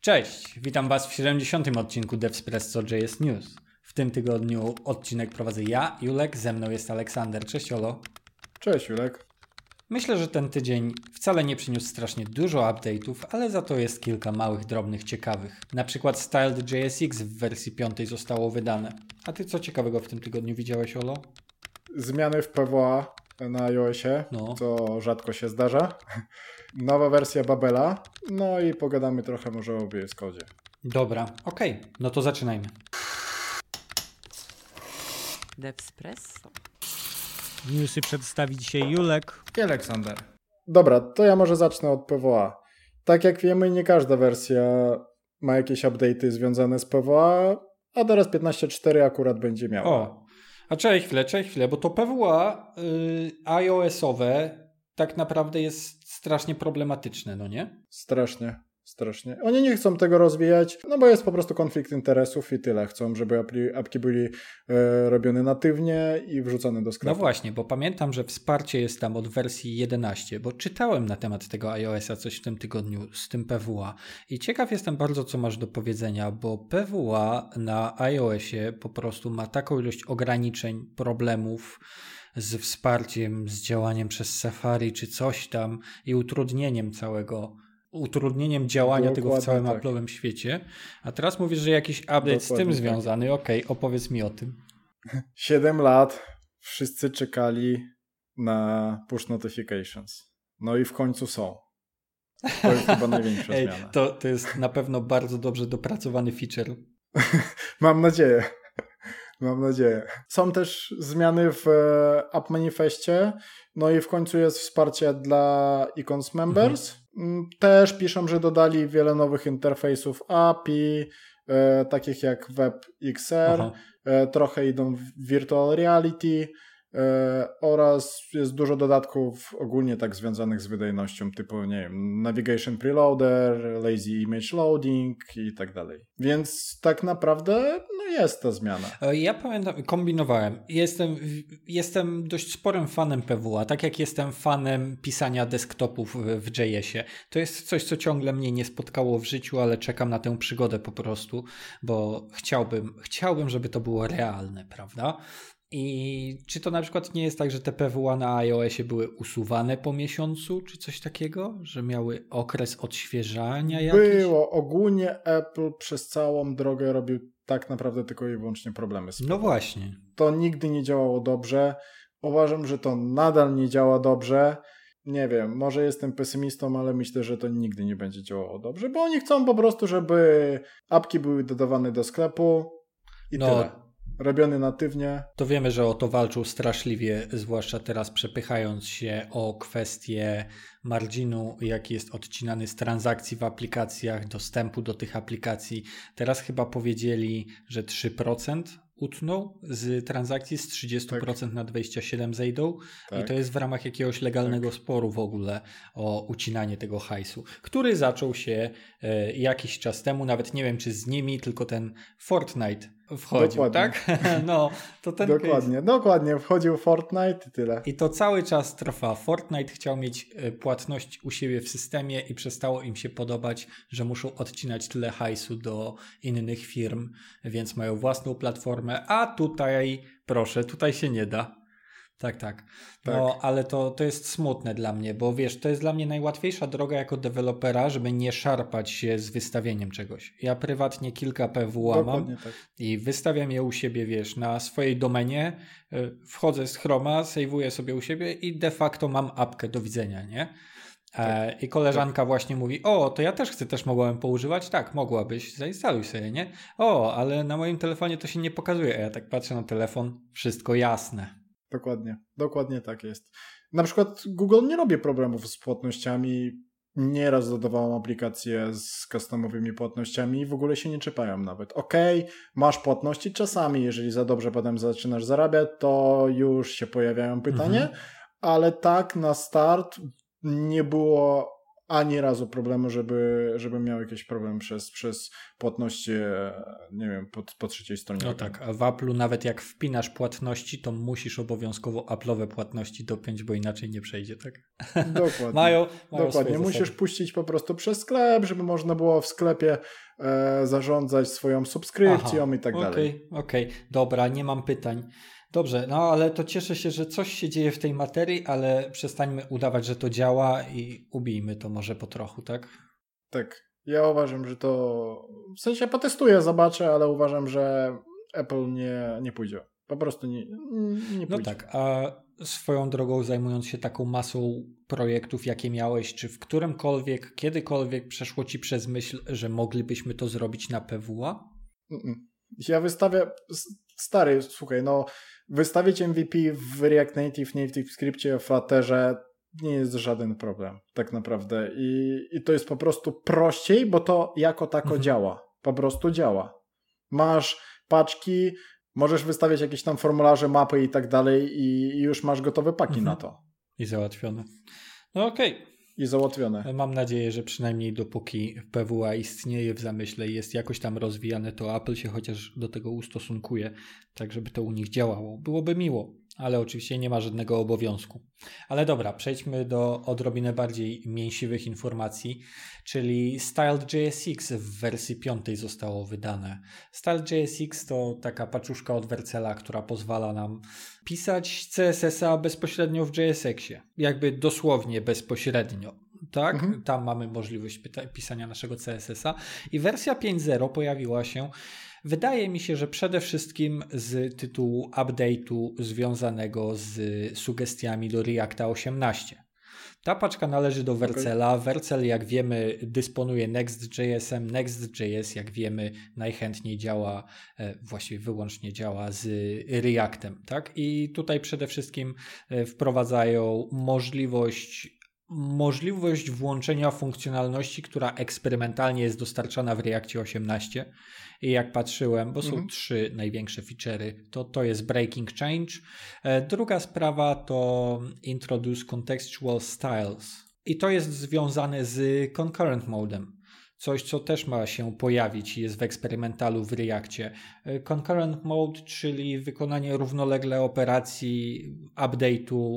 Cześć, witam Was w 70. odcinku Devspresso.js News. W tym tygodniu odcinek prowadzę ja, Julek, ze mną jest Aleksander. Cześć Olo. Cześć Julek. Myślę, że ten tydzień wcale nie przyniósł strasznie dużo update'ów, ale za to jest kilka małych, drobnych, ciekawych. Na przykład Styled.jsx w wersji 5 zostało wydane. A Ty co ciekawego w tym tygodniu widziałeś, Olo? Zmiany w PWA na iOSie, co rzadko się zdarza. Nowa wersja Babela. No i pogadamy trochę może o VS Code. Dobra, okej. No to zaczynajmy. Devspresso. Newsy przedstawi dzisiaj Julek i Aleksander. Dobra, to ja może zacznę od PWA. Tak jak wiemy, nie każda wersja ma jakieś update'y związane z PWA, a teraz 15.4 akurat będzie miała. O, a czekaj chwilę, bo to PWA iOS-owe tak naprawdę jest strasznie problematyczne, no nie? Strasznie. Oni nie chcą tego rozwijać, no bo jest po prostu konflikt interesów i tyle. Chcą, żeby apki byli robione natywnie i wrzucone do sklepu. No właśnie, bo pamiętam, że wsparcie jest tam od wersji 11, bo czytałem na temat tego iOS-a coś w tym tygodniu z tym PWA i ciekaw jestem bardzo, co masz do powiedzenia, bo PWA na iOSie po prostu ma taką ilość ograniczeń, problemów z wsparciem, z działaniem przez Safari czy coś tam i utrudnieniem działania tego w całym Apple'owym świecie. A teraz mówisz, że jakiś update z tym związany. Okej, opowiedz mi o tym. 7 lat wszyscy czekali na push notifications. No i w końcu są. To jest chyba największa zmiana. To jest na pewno bardzo dobrze dopracowany feature. Mam nadzieję. Są też zmiany w App Manifestie, no i w końcu jest wsparcie dla Icons Members. Też piszą, że dodali wiele nowych interfejsów API, takich jak WebXR, trochę idą w Virtual Reality oraz jest dużo dodatków ogólnie tak związanych z wydajnością, typu nie wiem, Navigation Preloader, Lazy Image Loading i tak dalej. Więc tak naprawdę jest ta zmiana. Ja pamiętam, kombinowałem. Jestem dość sporym fanem PWA, tak jak jestem fanem pisania desktopów w JS-ie. To jest coś, co ciągle mnie nie spotkało w życiu, ale czekam na tę przygodę po prostu, bo chciałbym, żeby to było realne, prawda? I czy to na przykład nie jest tak, że te PWA na iOSie były usuwane po miesiącu, czy coś takiego? Że miały okres odświeżania jakiś? Było. Ogólnie Apple przez całą drogę robił tak naprawdę tylko i wyłącznie problemy z PWA. No właśnie. To nigdy nie działało dobrze. Uważam, że to nadal nie działa dobrze. Nie wiem, może jestem pesymistą, ale myślę, że to nigdy nie będzie działało dobrze, bo oni chcą po prostu, żeby apki były dodawane do sklepu i tyle. Robiony natywnie. To wiemy, że o to walczą straszliwie, zwłaszcza teraz przepychając się o kwestię marginu, jaki jest odcinany z transakcji w aplikacjach, dostępu do tych aplikacji. Teraz chyba powiedzieli, że 3% utną z transakcji, z 30% na 27% zejdą i to jest w ramach jakiegoś legalnego sporu w ogóle o ucinanie tego hajsu, który zaczął się jakiś czas temu, nawet nie wiem czy z nimi, tylko ten Fortnite wchodził, tak? No, to ten Dokładnie, wchodził Fortnite i tyle. I to cały czas trwa. Fortnite chciał mieć płatność u siebie w systemie i przestało im się podobać, że muszą odcinać tyle hajsu do innych firm, więc mają własną platformę, a tutaj, proszę, tutaj się nie da. Tak. No, ale to jest smutne dla mnie, bo wiesz, to jest dla mnie najłatwiejsza droga jako dewelopera, żeby nie szarpać się z wystawieniem czegoś. Ja prywatnie kilka PWA mam i wystawiam je u siebie, wiesz, na swojej domenie, wchodzę z Chroma, sejwuję sobie u siebie i de facto mam apkę do widzenia, nie? I koleżanka właśnie mówi, to ja też mogłem poużywać? Tak, mogłabyś, zainstaluj sobie, nie? Ale na moim telefonie to się nie pokazuje, a ja tak patrzę na telefon, wszystko jasne. Dokładnie tak jest. Na przykład Google nie robi problemów z płatnościami. Nieraz dodawałem aplikacje z customowymi płatnościami i w ogóle się nie czepiają nawet. Masz płatności czasami, jeżeli za dobrze potem zaczynasz zarabiać, to już się pojawiają pytania, ale tak na start nie było ani razu problemu, żeby miał jakiś problem przez płatności, nie wiem, po trzeciej stronie. No tak, a w Apple'u nawet jak wpinasz płatności, to musisz obowiązkowo Apple'owe płatności dopiąć, bo inaczej nie przejdzie, tak? Dokładnie. mają Dokładnie. Musisz puścić po prostu przez sklep, żeby można było w sklepie zarządzać swoją subskrypcją i tak dalej. Okej. Dobra, nie mam pytań. Dobrze, no ale to cieszę się, że coś się dzieje w tej materii, ale przestańmy udawać, że to działa i ubijmy to może po trochu, tak? Tak. Ja uważam, że to... W sensie potestuję, zobaczę, ale uważam, że Apple nie pójdzie. Po prostu nie pójdzie. No tak, a swoją drogą zajmując się taką masą projektów, jakie miałeś, czy w którymkolwiek, kiedykolwiek przeszło ci przez myśl, że moglibyśmy to zrobić na PWA? Ja wystawię... Stary, słuchaj, no wystawić MVP w React Native, NativeScriptie, w Flutterze nie jest żaden problem, tak naprawdę. I to jest po prostu prościej, bo to jako tako działa. Po prostu działa. Masz paczki, możesz wystawiać jakieś tam formularze, mapy i tak dalej i już masz gotowe paki na to. I załatwione. No okej. I załatwione. Mam nadzieję, że przynajmniej dopóki PWA istnieje w zamyśle i jest jakoś tam rozwijane, to Apple się chociaż do tego ustosunkuje, tak żeby to u nich działało. Byłoby miło, ale oczywiście nie ma żadnego obowiązku. Ale dobra, przejdźmy do odrobinę bardziej mięsiwych informacji, czyli Style.jsx w wersji 5 zostało wydane. Style.jsx to taka paczuszka od Vercela, która pozwala nam pisać CSS-a bezpośrednio w JSX-ie. Jakby dosłownie bezpośrednio. Tak? Tam mamy możliwość pisania naszego CSS-a i wersja 5.0 pojawiła się, wydaje mi się, że przede wszystkim z tytułu update'u związanego z sugestiami do Reacta 18. Ta paczka należy do Vercela. Vercel, jak wiemy, dysponuje Next.js-em. Next.js, jak wiemy, najchętniej działa, właściwie wyłącznie działa z Reactem. Tak? I tutaj przede wszystkim wprowadzają możliwość włączenia funkcjonalności, która eksperymentalnie jest dostarczana w Reactie 18 i jak patrzyłem, bo są 3 największe feature'y, to jest Breaking Change. Druga sprawa to Introduce Contextual Styles i to jest związane z Concurrent Modem. Coś, co też ma się pojawić i jest w eksperymentalu w Reactie. Concurrent Mode, czyli wykonanie równolegle operacji update'u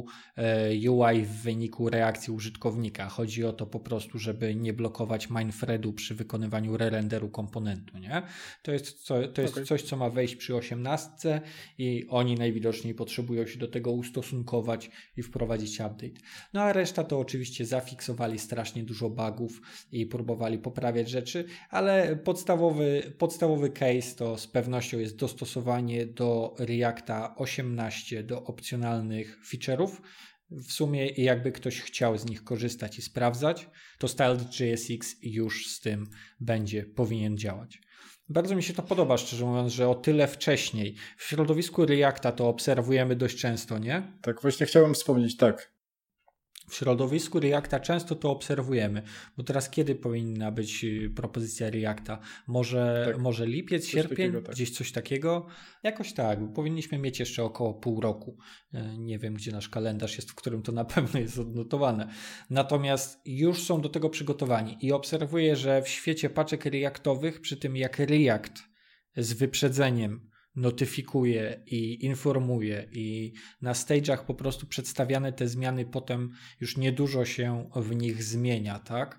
UI w wyniku reakcji użytkownika. Chodzi o to po prostu, żeby nie blokować mindthreadu przy wykonywaniu re-renderu komponentu. Nie? To jest coś, co ma wejść przy 18 i oni najwidoczniej potrzebują się do tego ustosunkować i wprowadzić update. No a reszta to oczywiście zafiksowali strasznie dużo bugów i próbowali poprawić rzeczy, ale podstawowy case to z pewnością jest dostosowanie do Reacta 18 do opcjonalnych feature'ów. W sumie jakby ktoś chciał z nich korzystać i sprawdzać, to Style.jsx już z tym powinien działać. Bardzo mi się to podoba, szczerze mówiąc, że o tyle wcześniej. W środowisku Reacta to obserwujemy dość często, nie? Tak, właśnie chciałem wspomnieć, tak. W środowisku Reacta często to obserwujemy, bo teraz kiedy powinna być propozycja Reacta? Może lipiec, sierpień, takiego, tak. Gdzieś coś takiego? Jakoś tak, powinniśmy mieć jeszcze około pół roku. Nie wiem, gdzie nasz kalendarz jest, w którym to na pewno jest odnotowane. Natomiast już są do tego przygotowani i obserwuję, że w świecie paczek reactowych, przy tym jak React z wyprzedzeniem notyfikuje i informuje i na stage'ach po prostu przedstawiane te zmiany potem już niedużo się w nich zmienia, tak?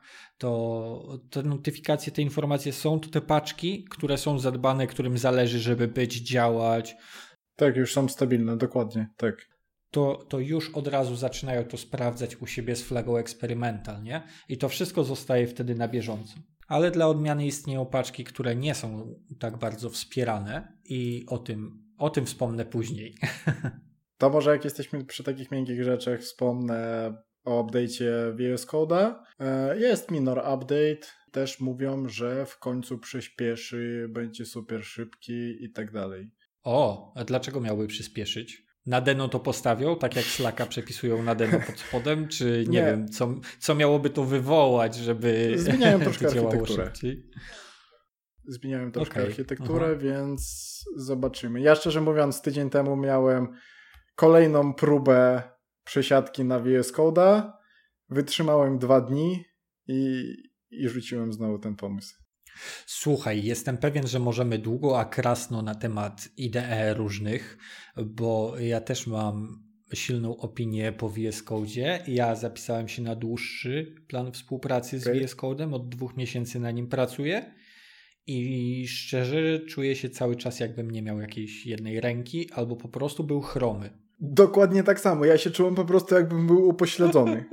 To te notyfikacje, te informacje są, to te paczki, które są zadbane, którym zależy, żeby działać. Tak, już są stabilne, dokładnie, tak. To już od razu zaczynają to sprawdzać u siebie z flagą experimental, nie? I to wszystko zostaje wtedy na bieżąco. Ale dla odmiany istnieją paczki, które nie są tak bardzo wspierane i o tym wspomnę później. To może jak jesteśmy przy takich miękkich rzeczach, wspomnę o update'cie VS Code'a. Jest minor update. Też mówią, że w końcu przyspieszy, będzie super szybki i tak dalej. O, a dlaczego miałby przyspieszyć? Na deno to postawią, tak jak Slacka przepisują na deno pod spodem, czy nie wiem, co miałoby to wywołać, żeby zmieniają troszkę architekturę. Zmieniałem troszkę architekturę, więc zobaczymy. Ja szczerze mówiąc tydzień temu miałem kolejną próbę przesiadki na VS Code'a. Wytrzymałem 2 dni i rzuciłem znowu ten pomysł. Słuchaj, jestem pewien, że możemy długo a krasno na temat IDE różnych, bo ja też mam silną opinię po VS Code. Ja zapisałem się na dłuższy plan współpracy z VS Code'em, od 2 miesięcy na nim pracuję i szczerze czuję się cały czas, jakbym nie miał jakiejś jednej ręki albo po prostu był chromy. Dokładnie tak samo. Ja się czułem po prostu, jakbym był upośledzony.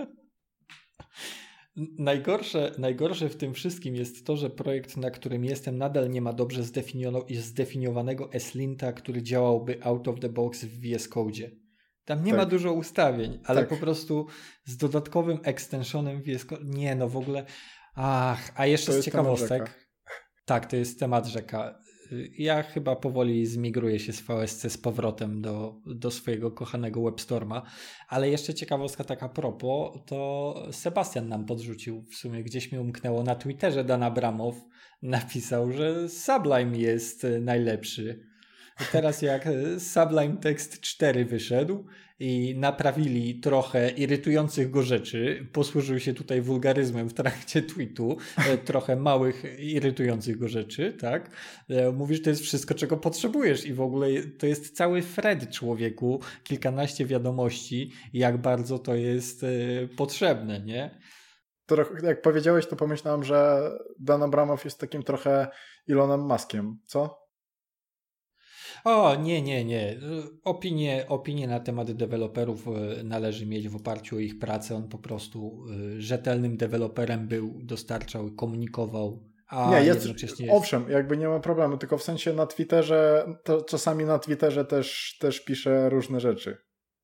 Najgorsze w tym wszystkim jest to, że projekt, na którym jestem, nadal nie ma dobrze zdefiniowanego SLinta, który działałby out of the box w VS Code. Tam nie ma dużo ustawień, ale po prostu z dodatkowym extensionem VS Code. Nie, no w ogóle. A jeszcze z ciekawostek. Tak, to jest temat rzeka. Ja chyba powoli zmigruję się z VSC z powrotem do swojego kochanego WebStorma, ale jeszcze ciekawostka taka propos, to Sebastian nam podrzucił, w sumie gdzieś mi umknęło na Twitterze, Dan Abramow napisał, że Sublime jest najlepszy. Teraz jak Sublime Text 4 wyszedł i naprawili trochę irytujących go rzeczy, posłużył się tutaj wulgaryzmem w trakcie tweetu, trochę małych irytujących go rzeczy, tak? Mówisz, to jest wszystko, czego potrzebujesz i w ogóle to jest cały thread, człowieku, kilkanaście wiadomości, jak bardzo to jest potrzebne, nie? Jak powiedziałeś, to pomyślałem, że Dan Abramow jest takim trochę Elonem Muskiem, co? O, nie. Opinie na temat deweloperów należy mieć w oparciu o ich pracę. On po prostu rzetelnym deweloperem był, dostarczał i komunikował, a jednocześnie jest... Owszem, jakby nie ma problemu, tylko w sensie na Twitterze, to czasami na Twitterze też pisze różne rzeczy.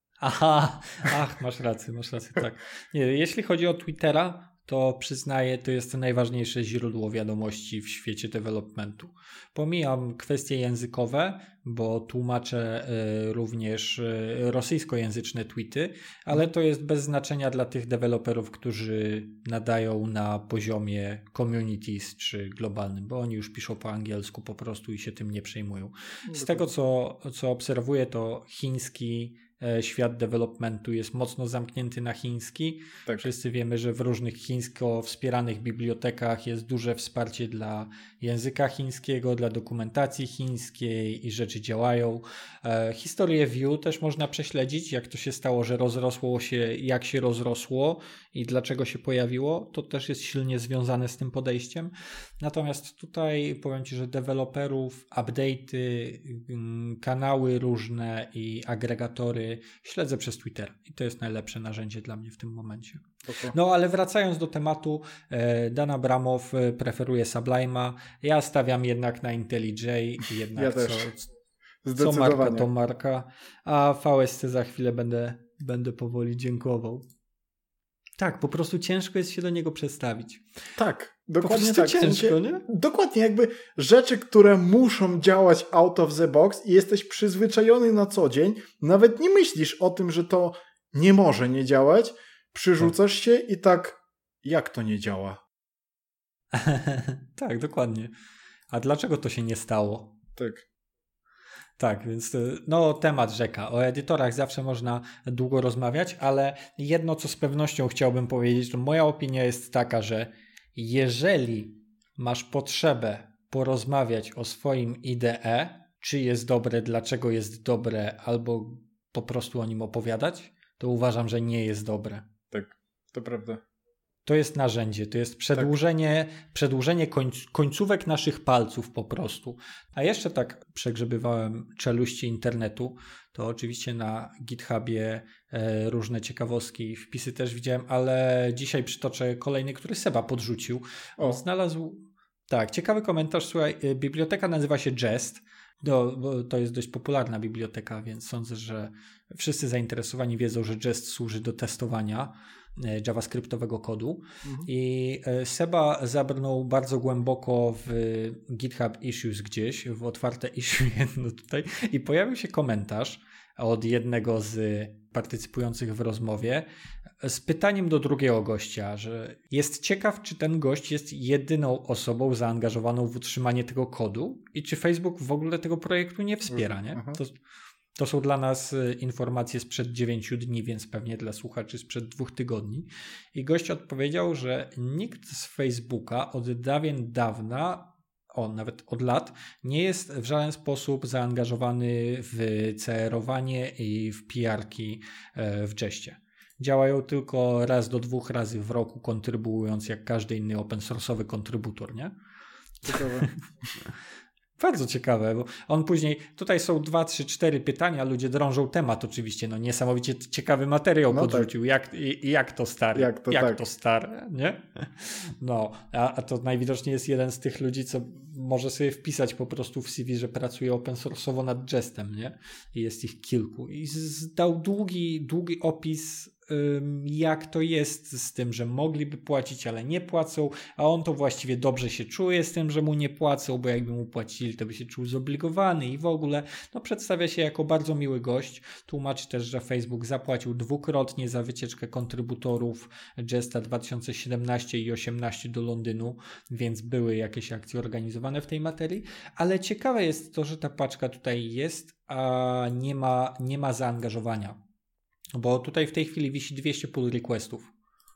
Masz rację, tak. Nie, jeśli chodzi o Twittera, to przyznaję, to jest najważniejsze źródło wiadomości w świecie developmentu. Pomijam kwestie językowe, bo tłumaczę również rosyjskojęzyczne tweety, ale to jest bez znaczenia dla tych deweloperów, którzy nadają na poziomie communities czy globalnym, bo oni już piszą po angielsku po prostu i się tym nie przejmują. Z tego, co obserwuję, to chiński świat developmentu jest mocno zamknięty na chiński. Tak. Wszyscy wiemy, że w różnych chińsko wspieranych bibliotekach jest duże wsparcie dla języka chińskiego, dla dokumentacji chińskiej i rzeczy działają. Historię Vue też można prześledzić, jak to się stało, że rozrosło się, jak się rozrosło i dlaczego się pojawiło. To też jest silnie związane z tym podejściem. Natomiast tutaj powiem Ci, że deweloperów, update'y, kanały różne i agregatory śledzę przez Twitter i to jest najlepsze narzędzie dla mnie w tym momencie. No ale wracając do tematu, Dan Abramow preferuje Sublime'a, ja stawiam jednak na IntelliJ, jednak ja też. Co marka to marka, a VSC za chwilę będę powoli dziękował. Tak, po prostu ciężko jest się do niego przestawić. Tak, dokładnie tak. Ciężko, w sensie, nie? Dokładnie, jakby rzeczy, które muszą działać out of the box i jesteś przyzwyczajony na co dzień, nawet nie myślisz o tym, że to nie może nie działać, przyrzucasz się i tak, jak to nie działa? Tak, dokładnie. A dlaczego to się nie stało? Tak, więc temat rzeka. O edytorach zawsze można długo rozmawiać, ale jedno, co z pewnością chciałbym powiedzieć, to moja opinia jest taka, że jeżeli masz potrzebę porozmawiać o swoim IDE, czy jest dobre, dlaczego jest dobre, albo po prostu o nim opowiadać, to uważam, że nie jest dobre. Tak, to prawda. To jest narzędzie, to jest przedłużenie końcówek naszych palców po prostu. A jeszcze tak przegrzebywałem czeluści internetu, to oczywiście na GitHubie różne ciekawostki, wpisy też widziałem, ale dzisiaj przytoczę kolejny, który Seba podrzucił. On znalazł, ciekawy komentarz, słuchaj, biblioteka nazywa się Jest. To jest dość popularna biblioteka, więc sądzę, że wszyscy zainteresowani wiedzą, że Jest służy do testowania javascriptowego kodu. I Seba zabrnął bardzo głęboko w GitHub Issues gdzieś, w otwarte issue jedno tutaj i pojawił się komentarz od jednego z partycypujących w rozmowie z pytaniem do drugiego gościa, że jest ciekaw, czy ten gość jest jedyną osobą zaangażowaną w utrzymanie tego kodu i czy Facebook w ogóle tego projektu nie wspiera, nie? To są dla nas informacje sprzed 9 dni, więc pewnie dla słuchaczy sprzed 2 tygodni. I gość odpowiedział, że nikt z Facebooka od dawien dawna, nawet od lat, nie jest w żaden sposób zaangażowany w CR-owanie i w PR-ki w Jeście. Działają tylko raz do 2 razy w roku, kontrybuując jak każdy inny open source'owy kontrybutor, nie? Ciekawe. Bardzo ciekawe, bo on później, tutaj są 2, 3, 4 pytania, ludzie drążą temat oczywiście, no niesamowicie ciekawy materiał podrzucił, tak. jak to stary, jak to stare, nie? No, a to najwidoczniej jest jeden z tych ludzi, co może sobie wpisać po prostu w CV, że pracuje open source'owo nad Jestem, nie? I jest ich kilku. I dał długi opis, jak to jest z tym, że mogliby płacić, ale nie płacą, a on to właściwie dobrze się czuje z tym, że mu nie płacą, bo jakby mu płacili, to by się czuł zobligowany i w ogóle, no przedstawia się jako bardzo miły gość. Tłumaczy też, że Facebook zapłacił 2-krotnie za wycieczkę kontrybutorów Jesta 2017 i 2018 do Londynu, więc były jakieś akcje organizowane w tej materii, ale ciekawe jest to, że ta paczka tutaj jest, a nie ma zaangażowania. Bo tutaj w tej chwili wisi 200 pull requestów.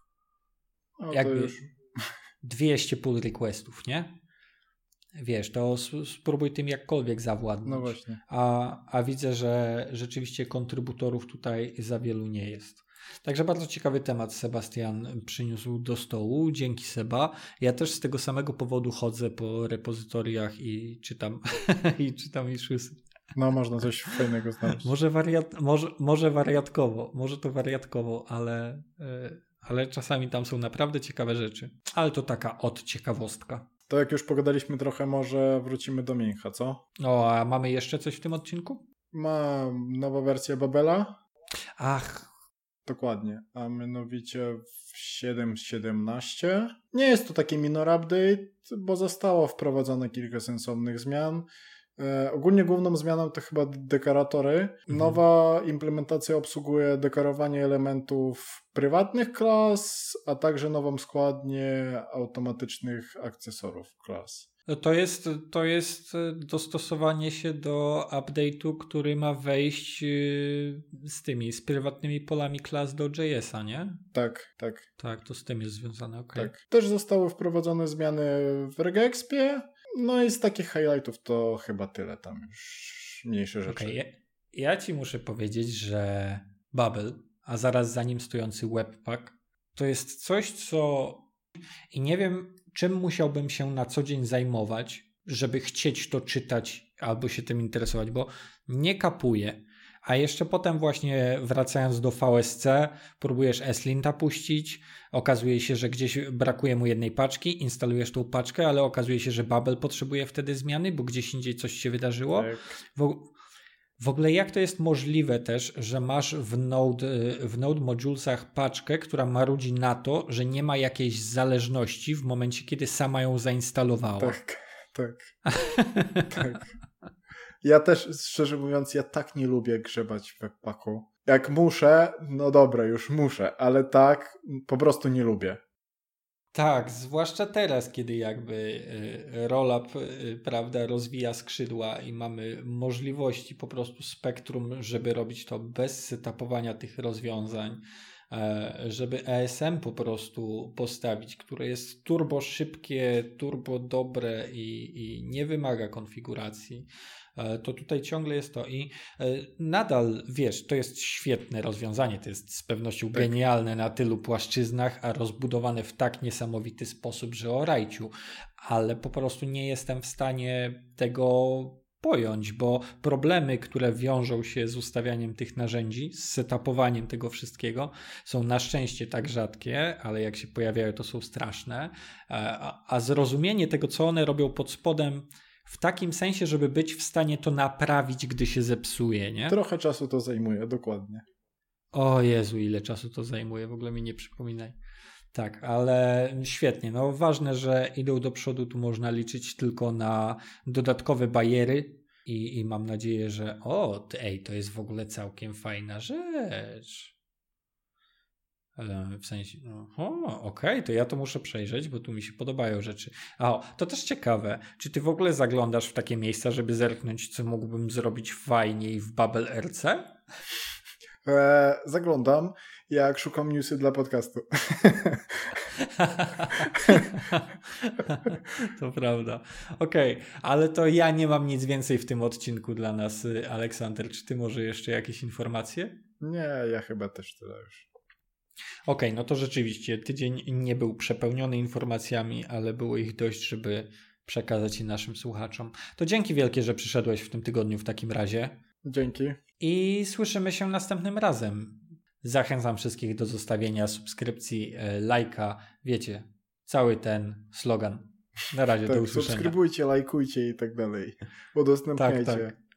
O, jakby to już... 200 pull requestów, nie? Wiesz, to spróbuj tym jakkolwiek zawładnąć. No właśnie. A widzę, że rzeczywiście kontrybutorów tutaj za wielu nie jest. Także bardzo ciekawy temat Sebastian przyniósł do stołu. Dzięki Seba. Ja też z tego samego powodu chodzę po repozytoriach i czytam i szysy. No, można coś fajnego znaleźć. Może wariatkowo, może to wariatkowo, ale czasami tam są naprawdę ciekawe rzeczy. Ale to taka ciekawostka. To jak już pogadaliśmy trochę, może wrócimy do Mincha, co? O, a mamy jeszcze coś w tym odcinku? Ma nowa wersja Babela. Ach. Dokładnie, a mianowicie w 7.17. Nie jest to taki minor update, bo zostało wprowadzone kilka sensownych zmian. Ogólnie główną zmianą to chyba dekoratory. Nowa implementacja obsługuje dekorowanie elementów prywatnych klas, a także nową składnię automatycznych akcesorów klas. To jest dostosowanie się do update'u, który ma wejść z prywatnymi polami klas do JS-a, nie? Tak. Tak, to z tym jest związane, okej. Tak. Też zostały wprowadzone zmiany w regexpie. No i z takich highlightów to chyba tyle, tam już mniejsze rzeczy. Okej. Ja ci muszę powiedzieć, że Babel, a zaraz za nim stojący Webpack, to jest coś, co... I nie wiem, czym musiałbym się na co dzień zajmować, żeby chcieć to czytać albo się tym interesować, bo nie kapuję. A jeszcze potem właśnie wracając do VSC, próbujesz S-Linta puścić, okazuje się, że gdzieś brakuje mu jednej paczki, instalujesz tą paczkę, ale okazuje się, że Babel potrzebuje wtedy zmiany, bo gdzieś indziej coś się wydarzyło. Tak. W ogóle jak to jest możliwe też, że masz w Node Modulesach paczkę, która marudzi na to, że nie ma jakiejś zależności w momencie, kiedy sama ją zainstalowała. Tak. Ja też, szczerze mówiąc, ja tak nie lubię grzebać w Webpacku. Jak muszę, no dobra, już muszę, ale tak po prostu nie lubię. Tak, zwłaszcza teraz, kiedy jakby Rollup, prawda, rozwija skrzydła i mamy możliwości po prostu spektrum, żeby robić to bez setupowania tych rozwiązań, żeby ESM po prostu postawić, które jest turbo szybkie, turbo dobre i nie wymaga konfiguracji. To tutaj ciągle jest to i nadal, wiesz, to jest świetne rozwiązanie, to jest z pewnością genialne na tylu płaszczyznach, a rozbudowane w tak niesamowity sposób, że o rajciu, ale po prostu nie jestem w stanie tego pojąć, bo problemy, które wiążą się z ustawianiem tych narzędzi, z setupowaniem tego wszystkiego, są na szczęście tak rzadkie, ale jak się pojawiają, to są straszne, a zrozumienie tego, co one robią pod spodem, w takim sensie, żeby być w stanie to naprawić, gdy się zepsuje, nie? Trochę czasu to zajmuje, dokładnie. O Jezu, ile czasu to zajmuje, w ogóle mi nie przypominaj. Tak, ale świetnie. No ważne, że idą do przodu, tu można liczyć tylko na dodatkowe bariery i mam nadzieję, że to jest w ogóle całkiem fajna rzecz. W sensie, okej, to ja to muszę przejrzeć, bo tu mi się podobają rzeczy. To też ciekawe. Czy ty w ogóle zaglądasz w takie miejsca, żeby zerknąć, co mógłbym zrobić fajniej w Babel RC? Zaglądam, jak szukam newsy dla podcastu. To prawda. Okej, ale to ja nie mam nic więcej w tym odcinku dla nas, Aleksander. Czy ty może jeszcze jakieś informacje? Nie, ja chyba też tyle już. Okej, no to rzeczywiście tydzień nie był przepełniony informacjami, ale było ich dość, żeby przekazać je naszym słuchaczom. To dzięki wielkie, że przyszedłeś w tym tygodniu w takim razie. Dzięki. I słyszymy się następnym razem. Zachęcam wszystkich do zostawienia subskrypcji, lajka, wiecie, cały ten slogan. Na razie, do usłyszenia. Subskrybujcie, lajkujcie i tak dalej. Udostępniajcie. Tak.